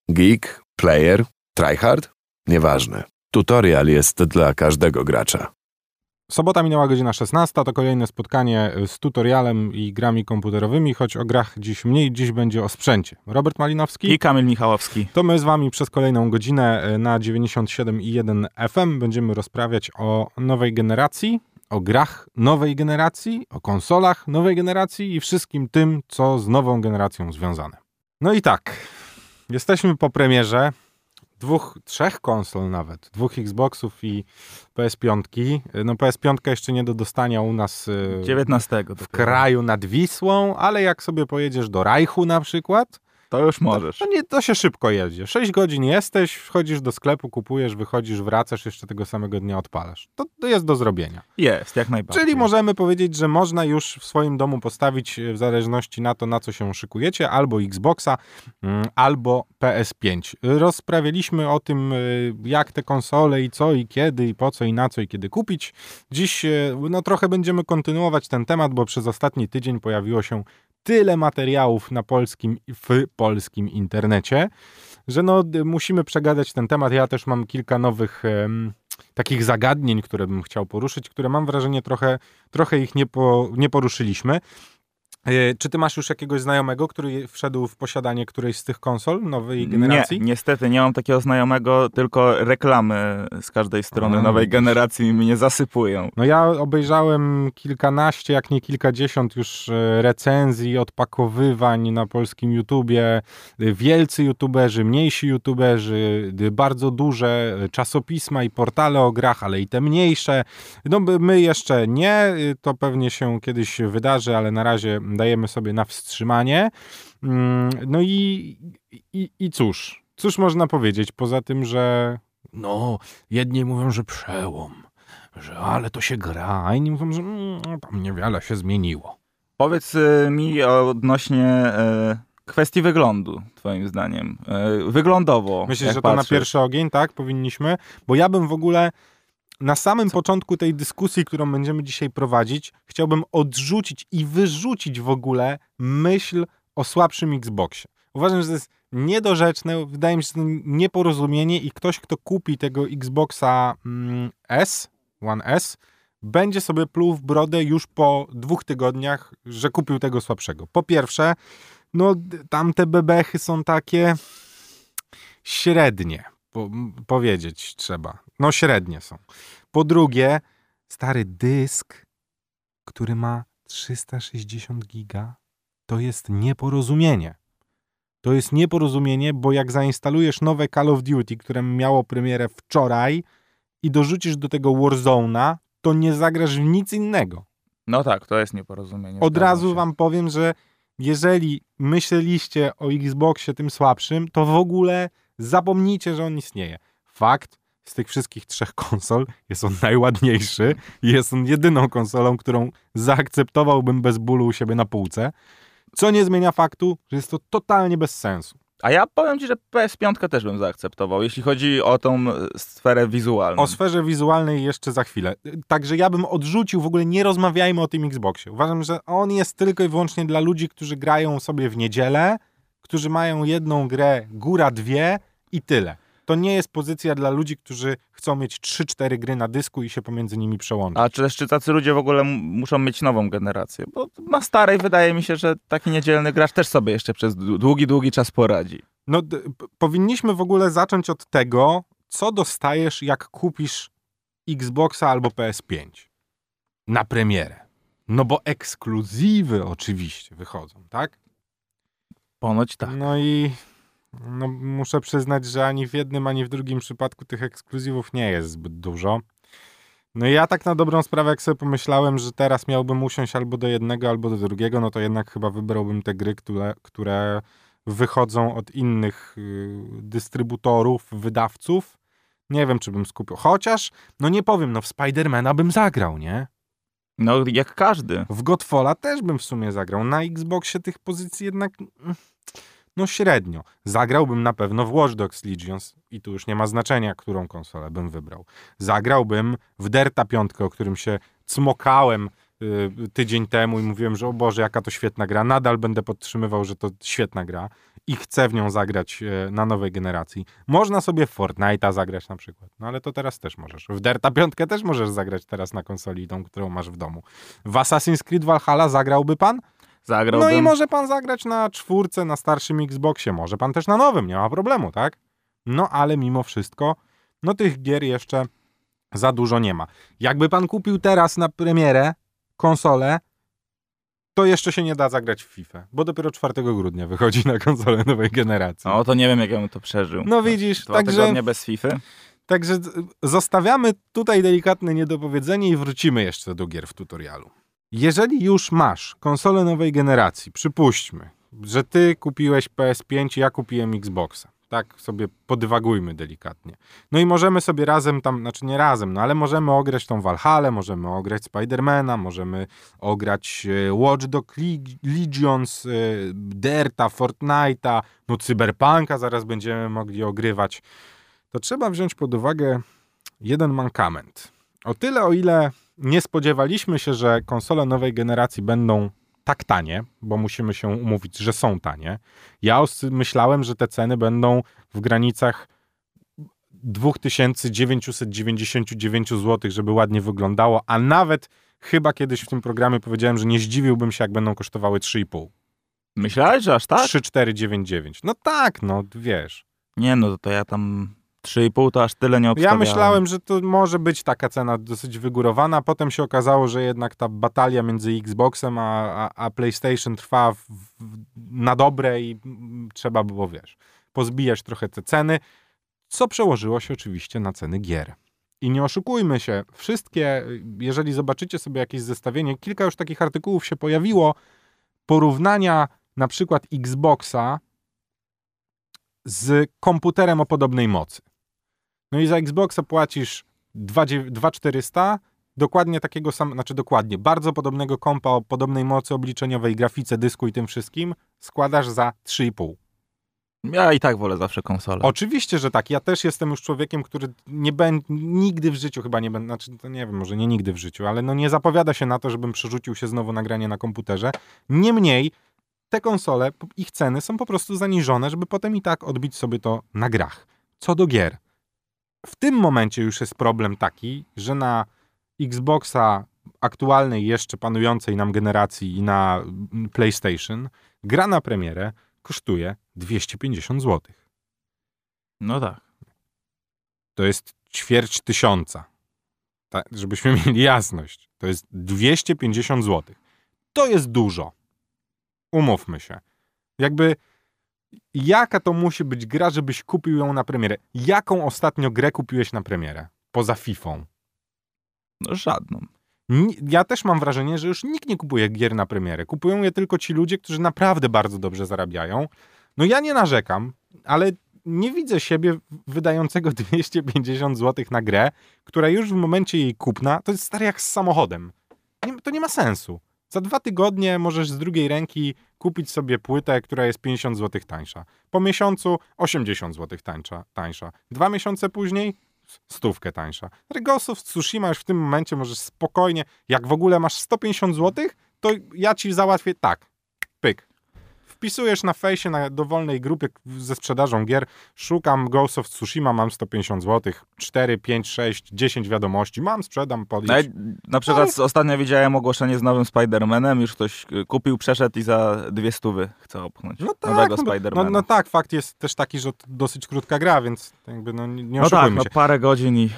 Geek, player, tryhard? Nieważne. Tutorial jest dla każdego gracza. Sobota minęła godzina 16, to kolejne spotkanie z tutorialem i grami komputerowymi, choć o grach dziś mniej, dziś będzie o sprzęcie. Robert Malinowski i Kamil Michałowski. To my z wami przez kolejną godzinę na 97,1 FM będziemy rozprawiać o nowej generacji, o grach nowej generacji, o konsolach nowej generacji i wszystkim tym, co z nową generacją związane. No i tak, jesteśmy po premierze trzech konsol nawet, 2 Xboxów i PS5. No PS5 jeszcze nie do dostania u nas 19 w kraju nad Wisłą, ale jak sobie pojedziesz do Reichu na przykład, to już możesz. To się szybko jedzie. 6 godzin jesteś, wchodzisz do sklepu, kupujesz, wychodzisz, wracasz, jeszcze tego samego dnia odpalasz. To jest do zrobienia. Jest, jak najbardziej. Czyli możemy powiedzieć, że można już w swoim domu postawić, w zależności na to, na co się szykujecie, albo Xboxa, albo PS5. Rozprawialiśmy o tym, jak te konsole i co, i kiedy, i po co, i na co, i kiedy kupić. Dziś trochę będziemy kontynuować ten temat, bo przez ostatni tydzień pojawiło się tyle materiałów w polskim internecie, że musimy przegadać ten temat. Ja też mam kilka nowych takich zagadnień, które bym chciał poruszyć, które mam wrażenie trochę ich nie poruszyliśmy. Czy ty masz już jakiegoś znajomego, który wszedł w posiadanie którejś z tych konsol nowej generacji? Nie, niestety nie mam takiego znajomego, tylko reklamy z każdej strony nowej generacji mnie zasypują. No ja obejrzałem kilkanaście, jak nie kilkadziesiąt już recenzji, odpakowywań na polskim YouTubie. Wielcy YouTuberzy, mniejsi YouTuberzy, bardzo duże czasopisma i portale o grach, ale i te mniejsze. No my jeszcze nie, to pewnie się kiedyś wydarzy, ale na razie dajemy sobie na wstrzymanie. No i cóż można powiedzieć, poza tym, że jedni mówią, że przełom, że ale to się gra, a inni mówią, że tam niewiele się zmieniło. Powiedz mi odnośnie kwestii wyglądu, twoim zdaniem. Wyglądowo. Myślisz, że to na pierwszy ogień, tak? Powinniśmy? Bo ja bym w ogóle na samym początku tej dyskusji, którą będziemy dzisiaj prowadzić, chciałbym odrzucić i wyrzucić w ogóle myśl o słabszym Xboxie. Uważam, że to jest niedorzeczne, wydaje mi się, że to nieporozumienie i ktoś, kto kupi tego Xboxa One S, będzie sobie pluł w brodę już po 2 tygodniach, że kupił tego słabszego. Po pierwsze, tamte bebechy są takie średnie. Powiedzieć trzeba. Średnie są. Po drugie, stary dysk, który ma 360 giga, to jest nieporozumienie. To jest nieporozumienie, bo jak zainstalujesz nowe Call of Duty, które miało premierę wczoraj i dorzucisz do tego Warzone'a, to nie zagrasz w nic innego. No tak, to jest nieporozumienie. Od razu wam powiem, że jeżeli myśleliście o Xboxie tym słabszym, to w ogóle zapomnijcie, że on istnieje. Fakt, z tych wszystkich 3 konsol jest on najładniejszy i jest on jedyną konsolą, którą zaakceptowałbym bez bólu u siebie na półce, co nie zmienia faktu, że jest to totalnie bez sensu. A ja powiem ci, że PS5 też bym zaakceptował, jeśli chodzi o tą sferę wizualną. O sferze wizualnej jeszcze za chwilę. Także ja bym odrzucił, w ogóle nie rozmawiajmy o tym Xboxie. Uważam, że on jest tylko i wyłącznie dla ludzi, którzy grają sobie w niedzielę, którzy mają jedną grę, góra 2 i tyle. To nie jest pozycja dla ludzi, którzy chcą mieć 3-4 gry na dysku i się pomiędzy nimi przełączyć. A czy tacy ludzie w ogóle muszą mieć nową generację? Bo na starej wydaje mi się, że taki niedzielny gracz też sobie jeszcze przez długi czas poradzi. Powinniśmy w ogóle zacząć od tego, co dostajesz, jak kupisz Xboxa albo PS5 na premierę. Bo ekskluzywy oczywiście wychodzą, tak? Ponoć tak. Muszę przyznać, że ani w jednym, ani w drugim przypadku tych ekskluzywów nie jest zbyt dużo. Ja tak na dobrą sprawę, jak sobie pomyślałem, że teraz miałbym usiąść albo do jednego, albo do drugiego, to jednak chyba wybrałbym te gry, które wychodzą od innych dystrybutorów, wydawców. Nie wiem, czy bym skupił. Chociaż, nie powiem, w Spidermana bym zagrał, nie? Jak każdy. W Godfalla też bym w sumie zagrał. Na Xboxie tych pozycji jednak średnio. Zagrałbym na pewno w Watch Dogs Legions i tu już nie ma znaczenia, którą konsolę bym wybrał. Zagrałbym w Dirta 5, o którym się cmokałem tydzień temu i mówiłem, że o Boże, jaka to świetna gra. Nadal będę podtrzymywał, że to świetna gra. i chce w nią zagrać na nowej generacji. Można sobie w Fortnite'a zagrać na przykład, no ale to teraz też możesz. W Dirta 5 też możesz zagrać teraz na konsoli tą, którą masz w domu. W Assassin's Creed Valhalla zagrałby pan? Zagrałbym. No i może pan zagrać na 4, na starszym Xboxie, może pan też na nowym, nie ma problemu, tak? No ale mimo wszystko, no tych gier jeszcze za dużo nie ma. Jakby pan kupił teraz na premierę konsolę, to jeszcze się nie da zagrać w FIFA, bo dopiero 4 grudnia wychodzi na konsolę nowej generacji. No to nie wiem, jak ja bym to przeżył. No widzisz, 2 tygodnie bez FIFA. Także zostawiamy tutaj delikatne niedopowiedzenie i wrócimy jeszcze do gier w tutorialu. Jeżeli już masz konsolę nowej generacji, przypuśćmy, że ty kupiłeś PS5 i ja kupiłem Xboxa. Tak sobie podywagujmy delikatnie. No i możemy sobie razem tam, znaczy nie razem, no ale możemy ograć tą Valhallę, możemy ograć Spidermana, możemy ograć Watch Dogs Legions, Dirta, Fortnite'a, no Cyberpunka zaraz będziemy mogli ogrywać. To trzeba wziąć pod uwagę jeden mankament. O tyle, o ile nie spodziewaliśmy się, że konsole nowej generacji będą tak tanie, bo musimy się umówić, że są tanie. Ja myślałem, że te ceny będą w granicach 2999 zł, żeby ładnie wyglądało, a nawet chyba kiedyś w tym programie powiedziałem, że nie zdziwiłbym się, jak będą kosztowały 3,5. Myślałeś, że aż tak? 3,499. No tak, no wiesz. Nie, no to ja tam 3,5 to aż tyle nie obstawiałem. Ja myślałem, że to może być taka cena dosyć wygórowana, potem się okazało, że jednak ta batalia między Xboxem a PlayStation trwa na dobre i trzeba było, wiesz, pozbijać trochę te ceny, co przełożyło się oczywiście na ceny gier. I nie oszukujmy się, wszystkie, jeżeli zobaczycie sobie jakieś zestawienie, kilka już takich artykułów się pojawiło, porównania na przykład Xboxa z komputerem o podobnej mocy. No i za Xboxa płacisz 2400, dokładnie takiego samego, znaczy dokładnie, bardzo podobnego kompa o podobnej mocy obliczeniowej, grafice, dysku i tym wszystkim składasz za 3,5. Ja i tak wolę zawsze konsolę. Oczywiście, że tak. Ja też jestem już człowiekiem, który nigdy w życiu chyba nie będę, znaczy to nie wiem, może nie nigdy w życiu, ale no nie zapowiada się na to, żebym przerzucił się znowu na granie na komputerze. Niemniej te konsole, ich ceny są po prostu zaniżone, żeby potem i tak odbić sobie to na grach. Co do gier. W tym momencie już jest problem taki, że na Xboxa aktualnej, jeszcze panującej nam generacji i na PlayStation gra na premierę kosztuje 250 zł. No tak. To jest 250. Tak, żebyśmy mieli jasność. To jest 250 zł. To jest dużo. Umówmy się. Jakby jaka to musi być gra, żebyś kupił ją na premierę? Jaką ostatnio grę kupiłeś na premierę? Poza Fifą. No żadną. Ja też mam wrażenie, że już nikt nie kupuje gier na premierę. Kupują je tylko ci ludzie, którzy naprawdę bardzo dobrze zarabiają. No ja nie narzekam, ale nie widzę siebie wydającego 250 zł na grę, która już w momencie jej kupna, to jest stary jak z samochodem. To nie ma sensu. Za 2 tygodnie możesz z drugiej ręki kupić sobie płytę, która jest 50 zł tańsza. Po miesiącu 80 zł tańsza. 2 miesiące później 100 tańsza. Ghost of Tsushima już w tym momencie możesz spokojnie, jak w ogóle masz 150 zł, to ja ci załatwię tak, pyk. Wpisujesz na fejsie, na dowolnej grupie ze sprzedażą gier, szukam Ghost of Tsushima, mam 150 zł, 4, 5, 6, 10 wiadomości, mam, sprzedam, podjedź. Na przykład ostatnio widziałem ogłoszenie z nowym Spider-Manem, już ktoś kupił, przeszedł i za 200 chce opchnąć nowego Spider-Mana. No tak, fakt jest też taki, że to dosyć krótka gra, więc jakby nie no oszukujmy tak, się. Parę godzin i...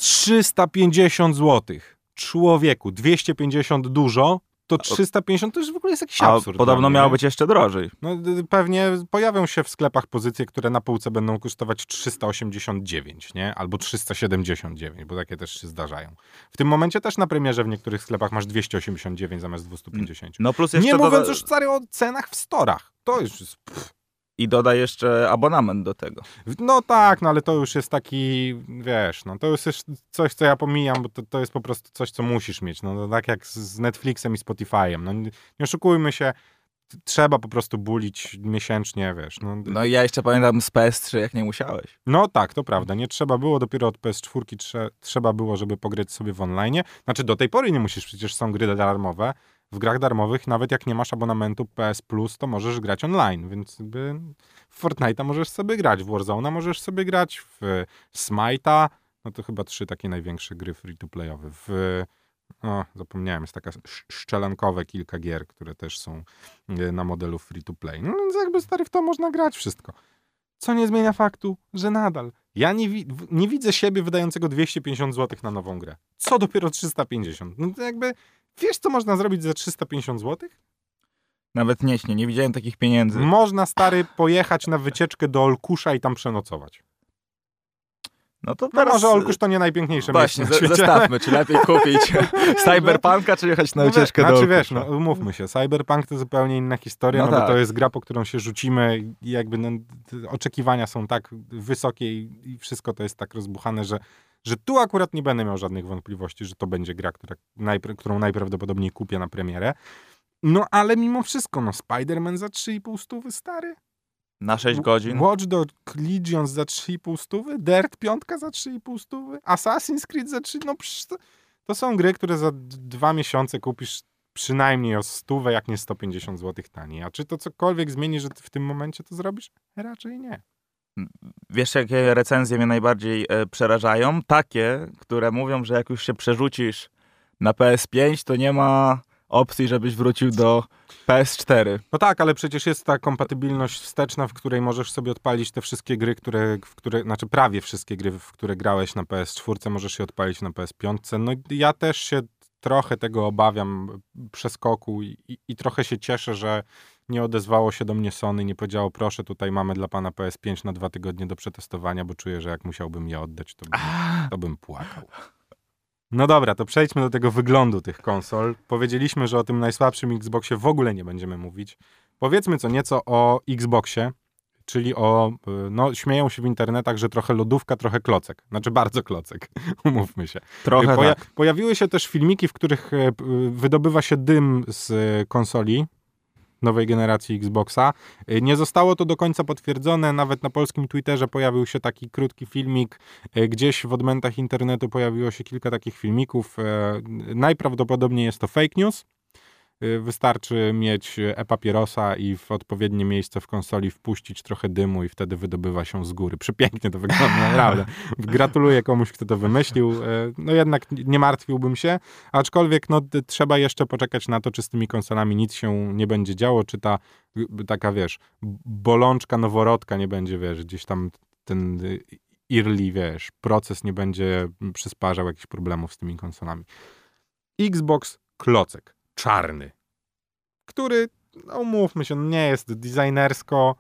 350 zł. Człowieku, 250 dużo, to 350 to już w ogóle jest jakiś absurd. Podobno miało być jeszcze drożej. No pewnie pojawią się w sklepach pozycje, które na półce będą kosztować 389, nie? Albo 379, bo takie też się zdarzają. W tym momencie też na premierze w niektórych sklepach masz 289 zamiast 250. No plus jeszcze nie mówiąc już stary o cenach w storach. To już jest... I dodaj jeszcze abonament do tego. No tak, no ale to już jest taki, wiesz, no to już jest coś, co ja pomijam, bo to jest po prostu coś, co musisz mieć. No tak jak z Netflixem i Spotify'em. No nie oszukujmy się, trzeba po prostu bulić miesięcznie, wiesz. No i ja jeszcze pamiętam z PS3, jak nie musiałeś. No tak, to prawda. Nie trzeba było, dopiero od PS4 trzeba było, żeby pograć sobie w online. Znaczy do tej pory nie musisz, przecież są gry darmowe. w grach darmowych, nawet jak nie masz abonamentu PS Plus, to możesz grać online, więc jakby w Fortnite'a możesz sobie grać, w Warzone'a możesz sobie grać, w Smite'a, no to chyba 3 takie największe gry free-to-playowe. Zapomniałem, jest taka szczelankowe kilka gier, które też są na modelu free-to-play. No więc jakby stary, w to można grać wszystko. Co nie zmienia faktu, że nadal ja nie widzę siebie wydającego 250 zł na nową grę. Co dopiero 350? No to jakby, wiesz co można zrobić za 350 zł? Nawet nie widziałem takich pieniędzy. Można, stary, pojechać na wycieczkę do Olkusza i tam przenocować. No to No teraz... może Olkusz to nie najpiękniejsze Właśnie, miejsce na świecie. zestawmy, czy lepiej kupić Cyberpunka, czy jechać na ucieczkę do Znaczy Olkusza. wiesz, no umówmy się, Cyberpunk to zupełnie inna historia, No bo tak. to jest gra, po którą się rzucimy i jakby te oczekiwania są tak wysokie i wszystko to jest tak rozbuchane, że tu akurat nie będę miał żadnych wątpliwości, że to będzie gra, którą najprawdopodobniej kupię na premierę. No ale mimo wszystko, no Spider-Man za 3,5 stówy, stary. Na 6 godzin. Watch Dogs Legion za 3,5 stówy, Dirt 5 za 3,5 stówy, Assassin's Creed za 3, no przecież to są gry, które za 2 miesiące kupisz przynajmniej o 100, jak nie 150 zł taniej. A czy to cokolwiek zmieni, że ty w tym momencie to zrobisz? Raczej nie. Wiesz, jakie recenzje mnie najbardziej przerażają? Takie, które mówią, że jak już się przerzucisz na PS5, to nie ma opcji, żebyś wrócił do PS4. No tak, ale przecież jest ta kompatybilność wsteczna, w której możesz sobie odpalić te wszystkie gry, znaczy prawie wszystkie gry, w które grałeś na PS4, możesz je odpalić na PS5. No ja też się trochę tego obawiam przeskoku i trochę się cieszę, że nie odezwało się do mnie Sony, nie powiedziało, proszę, tutaj mamy dla pana PS5 na 2 tygodnie do przetestowania, bo czuję, że jak musiałbym je oddać, to bym płakał. No dobra, to przejdźmy do tego wyglądu tych konsol. Powiedzieliśmy, że o tym najsłabszym Xboxie w ogóle nie będziemy mówić. Powiedzmy co nieco o Xboxie, czyli no śmieją się w internetach, że trochę lodówka, trochę klocek. Znaczy bardzo klocek, umówmy się. Trochę tak. Pojawiły się też filmiki, w których wydobywa się dym z konsoli nowej generacji Xboxa. Nie zostało to do końca potwierdzone, nawet na polskim Twitterze pojawił się taki krótki filmik, gdzieś w odmętach internetu pojawiło się kilka takich filmików. Najprawdopodobniej jest to fake news. Wystarczy mieć e-papierosa i w odpowiednie miejsce w konsoli wpuścić trochę dymu i wtedy wydobywa się z góry. Przepięknie to wygląda, naprawdę. Gratuluję komuś, kto to wymyślił. No jednak nie martwiłbym się, aczkolwiek no, trzeba jeszcze poczekać na to, czy z tymi konsolami nic się nie będzie działo, czy taka, wiesz, bolączka noworodka nie będzie, wiesz, gdzieś tam ten early, wiesz, proces nie będzie przysparzał jakichś problemów z tymi konsolami. Xbox klocek. Czarny, który, no umówmy się, nie jest designersko,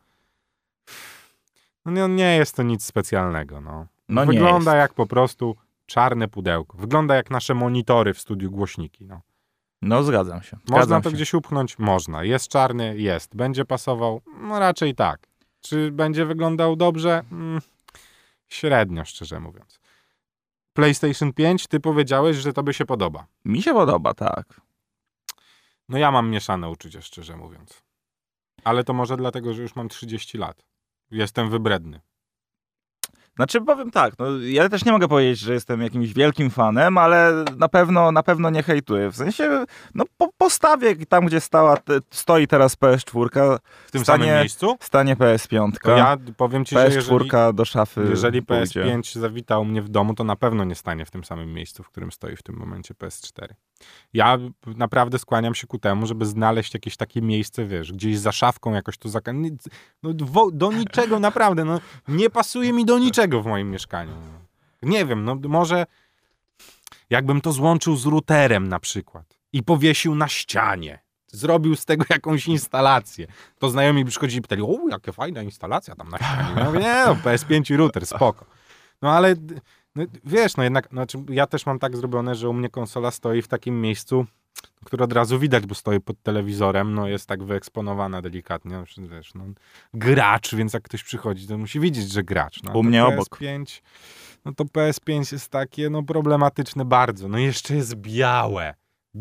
no nie jest to nic specjalnego, no. Wygląda jak po prostu czarne pudełko. Wygląda jak nasze monitory w studiu głośniki, no. No zgadzam się. Można to gdzieś upchnąć? Można. Jest czarny? Jest. Będzie pasował? No raczej tak. Czy będzie wyglądał dobrze? Średnio, szczerze mówiąc. PlayStation 5, ty powiedziałeś, że tobie się podoba. Mi się podoba, tak. No ja mam mieszane uczucia, szczerze mówiąc. Ale to może dlatego, że już mam 30 lat. Jestem wybredny. Znaczy powiem tak, no, ja też nie mogę powiedzieć, że jestem jakimś wielkim fanem, ale na pewno nie hejtuję. W sensie, no po postawie tam, gdzie stoi teraz PS4. W tym samym miejscu? Stanie PS5. To ja powiem ci, PS4 że do szafy jeżeli pójdzie. PS5 zawita u mnie w domu, to na pewno nie stanie w tym samym miejscu, w którym stoi w tym momencie PS4. Ja naprawdę skłaniam się ku temu, żeby znaleźć jakieś takie miejsce, wiesz, gdzieś za szafką jakoś to no, do niczego, naprawdę, no nie pasuje mi do niczego w moim mieszkaniu. Nie wiem, no może jakbym to złączył z routerem na przykład i powiesił na ścianie, zrobił z tego jakąś instalację, to znajomi by przychodzili i pytali, o, jaka fajna instalacja tam na ścianie. Ja mówię, nie no, PS5 i router, spoko. No ale no, wiesz, no jednak, znaczy ja też mam tak zrobione, że u mnie konsola stoi w takim miejscu, które od razu widać, bo stoi pod telewizorem, no jest tak wyeksponowana delikatnie, wiesz, no gracz, więc jak ktoś przychodzi, to musi widzieć, że gracz. No, u mnie obok. No to PS5 jest takie, no problematyczne bardzo, no jeszcze jest białe.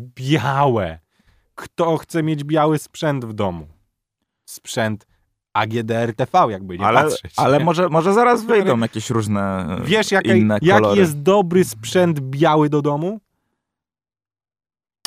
Kto chce mieć biały sprzęt w domu? Sprzęt AGD-RTV, jakby nie patrzeć. Ale może zaraz wyjdą jakieś różne wiesz, inne jaki kolory. jest dobry sprzęt biały do domu?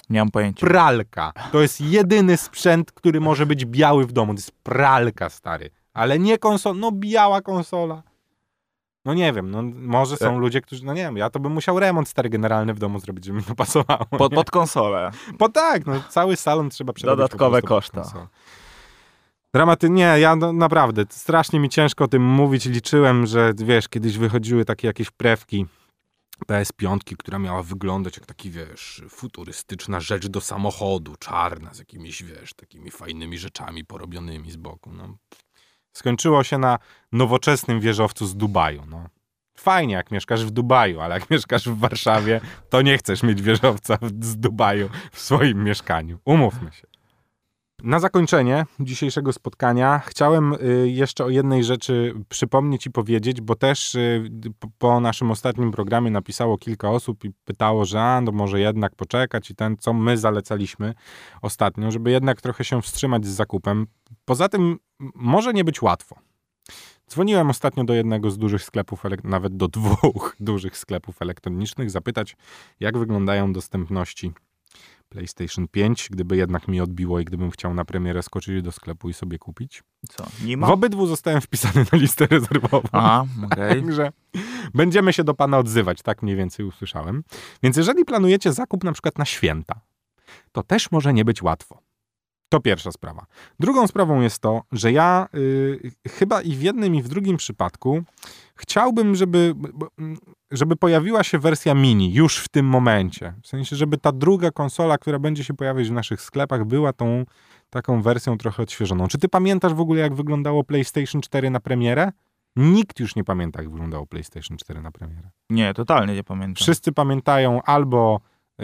Nie mam pojęcia. Pralka. To jest jedyny sprzęt, który może być biały w domu. To jest pralka, stary. Ale nie konsola. No biała konsola. No nie wiem, no może są ludzie, którzy, no nie wiem, ja to bym musiał remont stary generalny w domu zrobić, żeby mi to pasowało. Pod konsolę. Tak, no cały salon trzeba przerobić. Dodatkowe koszta. Dramaty, nie, ja naprawdę, strasznie mi ciężko o tym mówić. Liczyłem, że wiesz, kiedyś wychodziły takie jakieś prewki PS5, która miała wyglądać jak taki, wiesz, futurystyczna rzecz do samochodu, czarna, z jakimiś, wiesz, takimi fajnymi rzeczami porobionymi z boku. No. Skończyło się na nowoczesnym wieżowcu z Dubaju. No. Fajnie, jak mieszkasz w Dubaju, ale jak mieszkasz w Warszawie, to nie chcesz mieć wieżowca z Dubaju w swoim mieszkaniu. Umówmy się. Na zakończenie dzisiejszego spotkania chciałem jeszcze o jednej rzeczy przypomnieć i powiedzieć, bo też po naszym ostatnim programie napisało kilka osób i pytało, że no może jednak poczekać i co my zalecaliśmy ostatnio, żeby jednak trochę się wstrzymać z zakupem. Poza tym może nie być łatwo. Dzwoniłem ostatnio do jednego z dużych sklepów, nawet do 2 dużych sklepów elektronicznych, zapytać, jak wyglądają dostępności PlayStation 5, gdyby jednak mi odbiło i gdybym chciał na premierę skoczyć do sklepu i sobie kupić. Co? Nie ma? W obydwu zostałem wpisany na listę rezerwową. Aha, okej. Także będziemy się do pana odzywać, tak mniej więcej usłyszałem. Więc jeżeli planujecie zakup na przykład na święta, to też może nie być łatwo. To pierwsza sprawa. Drugą sprawą jest to, że ja chyba i w jednym i w drugim przypadku chciałbym, żeby pojawiła się wersja mini już w tym momencie. W sensie, żeby ta druga konsola, która będzie się pojawiać w naszych sklepach, była tą taką wersją trochę odświeżoną. Czy ty pamiętasz w ogóle, jak wyglądało PlayStation 4 na premierę? Nikt już nie pamięta, jak wyglądało PlayStation 4 na premierę. Nie, totalnie nie pamiętam. Wszyscy pamiętają albo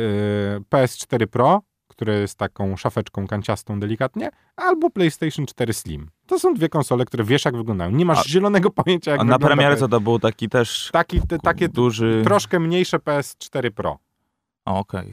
PS4 Pro, które jest taką szafeczką kanciastą delikatnie, albo PlayStation 4 Slim. To są 2 konsole, które wiesz, jak wyglądają. Nie masz zielonego pojęcia, jak wygląda. A na premierę co to był taki też takie duży... troszkę mniejsze PS4 Pro. Okej.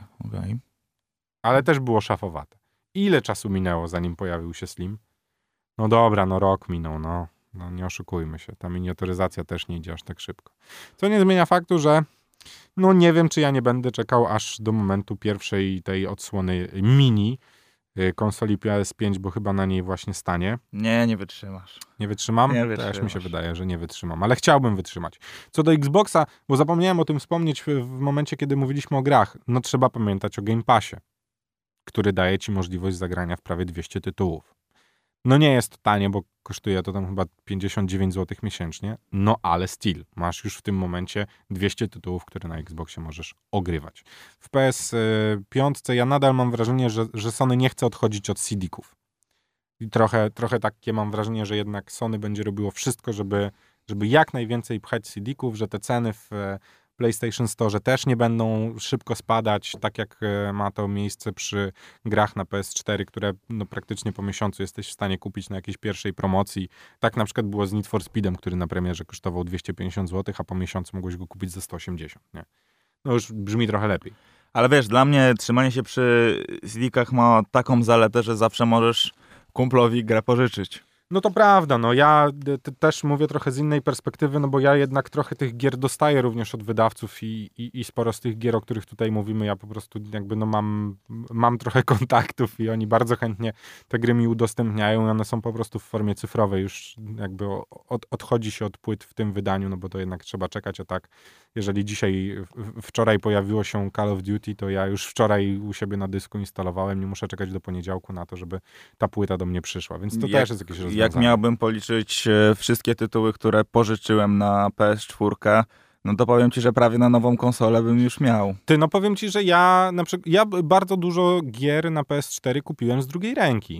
Ale też było szafowate. Ile czasu minęło, zanim pojawił się Slim? No dobra, no rok minął, no nie oszukujmy się. Ta miniaturyzacja też nie idzie aż tak szybko. Co nie zmienia faktu, że no nie wiem, czy ja nie będę czekał aż do momentu pierwszej tej odsłony mini konsoli PS5, bo chyba na niej właśnie stanie. Nie wytrzymasz. Nie wytrzymam? Nie wytrzymasz. Też mi się wydaje, że nie wytrzymam, ale chciałbym wytrzymać. Co do Xboxa, bo zapomniałem o tym wspomnieć w momencie, kiedy mówiliśmy o grach, no trzeba pamiętać o Game Passie, który daje ci możliwość zagrania w prawie 200 tytułów. No nie jest to tanie, bo kosztuje to tam chyba 59 zł miesięcznie, no ale still, masz już w tym momencie 200 tytułów, które na Xboxie możesz ogrywać. W PS5 ja nadal mam wrażenie, że Sony nie chce odchodzić od CD-ków. I trochę takie mam wrażenie, że jednak Sony będzie robiło wszystko, żeby jak najwięcej pchać CD-ków, że te ceny w PlayStation Store też nie będą szybko spadać, tak jak ma to miejsce przy grach na PS4, które no, praktycznie po miesiącu jesteś w stanie kupić na jakiejś pierwszej promocji. Tak na przykład było z Need for Speedem, który na premierze kosztował 250 zł, a po miesiącu mogłeś go kupić za 180. Nie? No już brzmi trochę lepiej. Ale wiesz, dla mnie trzymanie się przy CD-kach ma taką zaletę, że zawsze możesz kumplowi grę pożyczyć. No to prawda, no ja też mówię trochę z innej perspektywy, no bo ja jednak trochę tych gier dostaję również od wydawców i sporo z tych gier, o których tutaj mówimy, ja po prostu jakby no mam trochę kontaktów i oni bardzo chętnie te gry mi udostępniają i one są po prostu w formie cyfrowej, już jakby odchodzi się od płyt w tym wydaniu, no bo to jednak trzeba czekać, a tak jeżeli wczoraj pojawiło się Call of Duty, to ja już wczoraj u siebie na dysku instalowałem, nie muszę czekać do poniedziałku na to, żeby ta płyta do mnie przyszła, więc to też jest jakieś rozwiązanie. Jak miałbym policzyć wszystkie tytuły, które pożyczyłem na PS4, no to powiem ci, że prawie na nową konsolę bym już miał. No powiem ci, że ja bardzo dużo gier na PS4 kupiłem z drugiej ręki.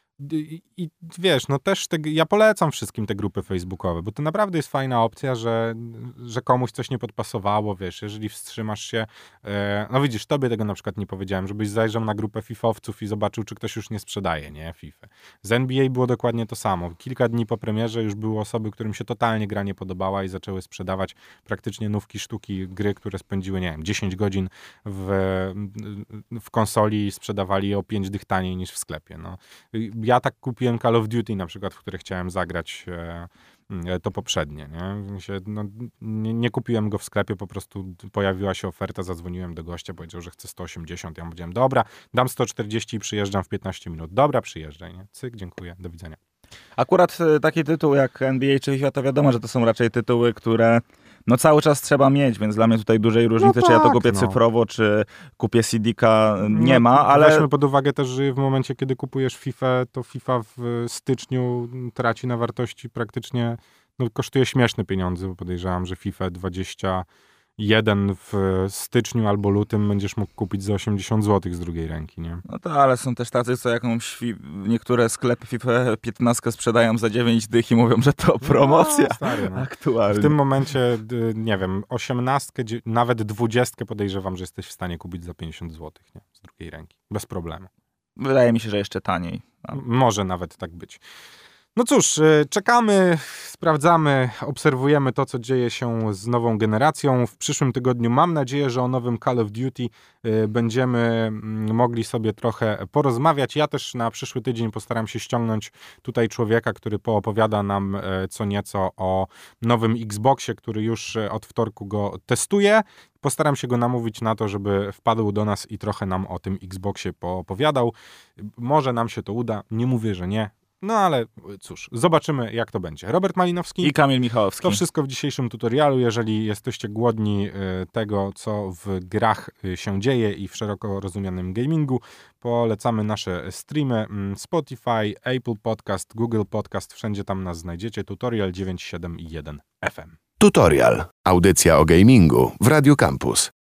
I wiesz, no też ja polecam wszystkim te grupy facebookowe, bo to naprawdę jest fajna opcja, że komuś coś nie podpasowało, wiesz, jeżeli wstrzymasz się, no widzisz, tobie tego na przykład nie powiedziałem, żebyś zajrzał na grupę fifowców i zobaczył, czy ktoś już nie sprzedaje, nie, FIFA. Z NBA było dokładnie to samo. Kilka dni po premierze już były osoby, którym się totalnie gra nie podobała i zaczęły sprzedawać praktycznie nówki sztuki gry, które spędziły, nie wiem, 10 godzin w konsoli i sprzedawali je o 5 dych taniej niż w sklepie, no. Ja tak kupiłem Call of Duty na przykład, w które chciałem zagrać to poprzednie. Nie kupiłem go w sklepie, po prostu pojawiła się oferta, zadzwoniłem do gościa, powiedział, że chce 180. Ja powiedziałem, dobra, dam 140 i przyjeżdżam w 15 minut. Dobra, przyjeżdżaj. Nie? Cyk, dziękuję, do widzenia. Akurat taki tytuł jak NBA czy FIFA, to wiadomo, że to są raczej tytuły, które no cały czas trzeba mieć, więc dla mnie tutaj dużej różnicy, czy ja to kupię cyfrowo, czy kupię CD-ka, nie ma, ale... Weźmy pod uwagę też, że w momencie, kiedy kupujesz FIFA, to FIFA w styczniu traci na wartości praktycznie, kosztuje śmieszne pieniądze, bo podejrzewam, że FIFA 21 w styczniu albo lutym będziesz mógł kupić za 80 zł z drugiej ręki, nie? No to, ale są też tacy, co niektóre sklepy FIFA 15 sprzedają za 9 dych i mówią, że to promocja aktualnie. W tym momencie, nie wiem, 18, nawet 20 podejrzewam, że jesteś w stanie kupić za 50 zł, nie? Z drugiej ręki. Bez problemu. Wydaje mi się, że jeszcze taniej. Może nawet tak być. No cóż, czekamy, sprawdzamy, obserwujemy to, co dzieje się z nową generacją. W przyszłym tygodniu mam nadzieję, że o nowym Call of Duty będziemy mogli sobie trochę porozmawiać. Ja też na przyszły tydzień postaram się ściągnąć tutaj człowieka, który poopowiada nam co nieco o nowym Xboxie, który już od wtorku go testuje. Postaram się go namówić na to, żeby wpadł do nas i trochę nam o tym Xboxie poopowiadał. Może nam się to uda, nie mówię, że nie. No ale cóż, zobaczymy jak to będzie. Robert Malinowski i Kamil Michałowski. To wszystko w dzisiejszym tutorialu. Jeżeli jesteście głodni tego, co w grach się dzieje i w szeroko rozumianym gamingu, polecamy nasze streamy Spotify, Apple Podcast, Google Podcast. Wszędzie tam nas znajdziecie. Tutorial 971 FM. Tutorial. Audycja o gamingu w Radiu Campus.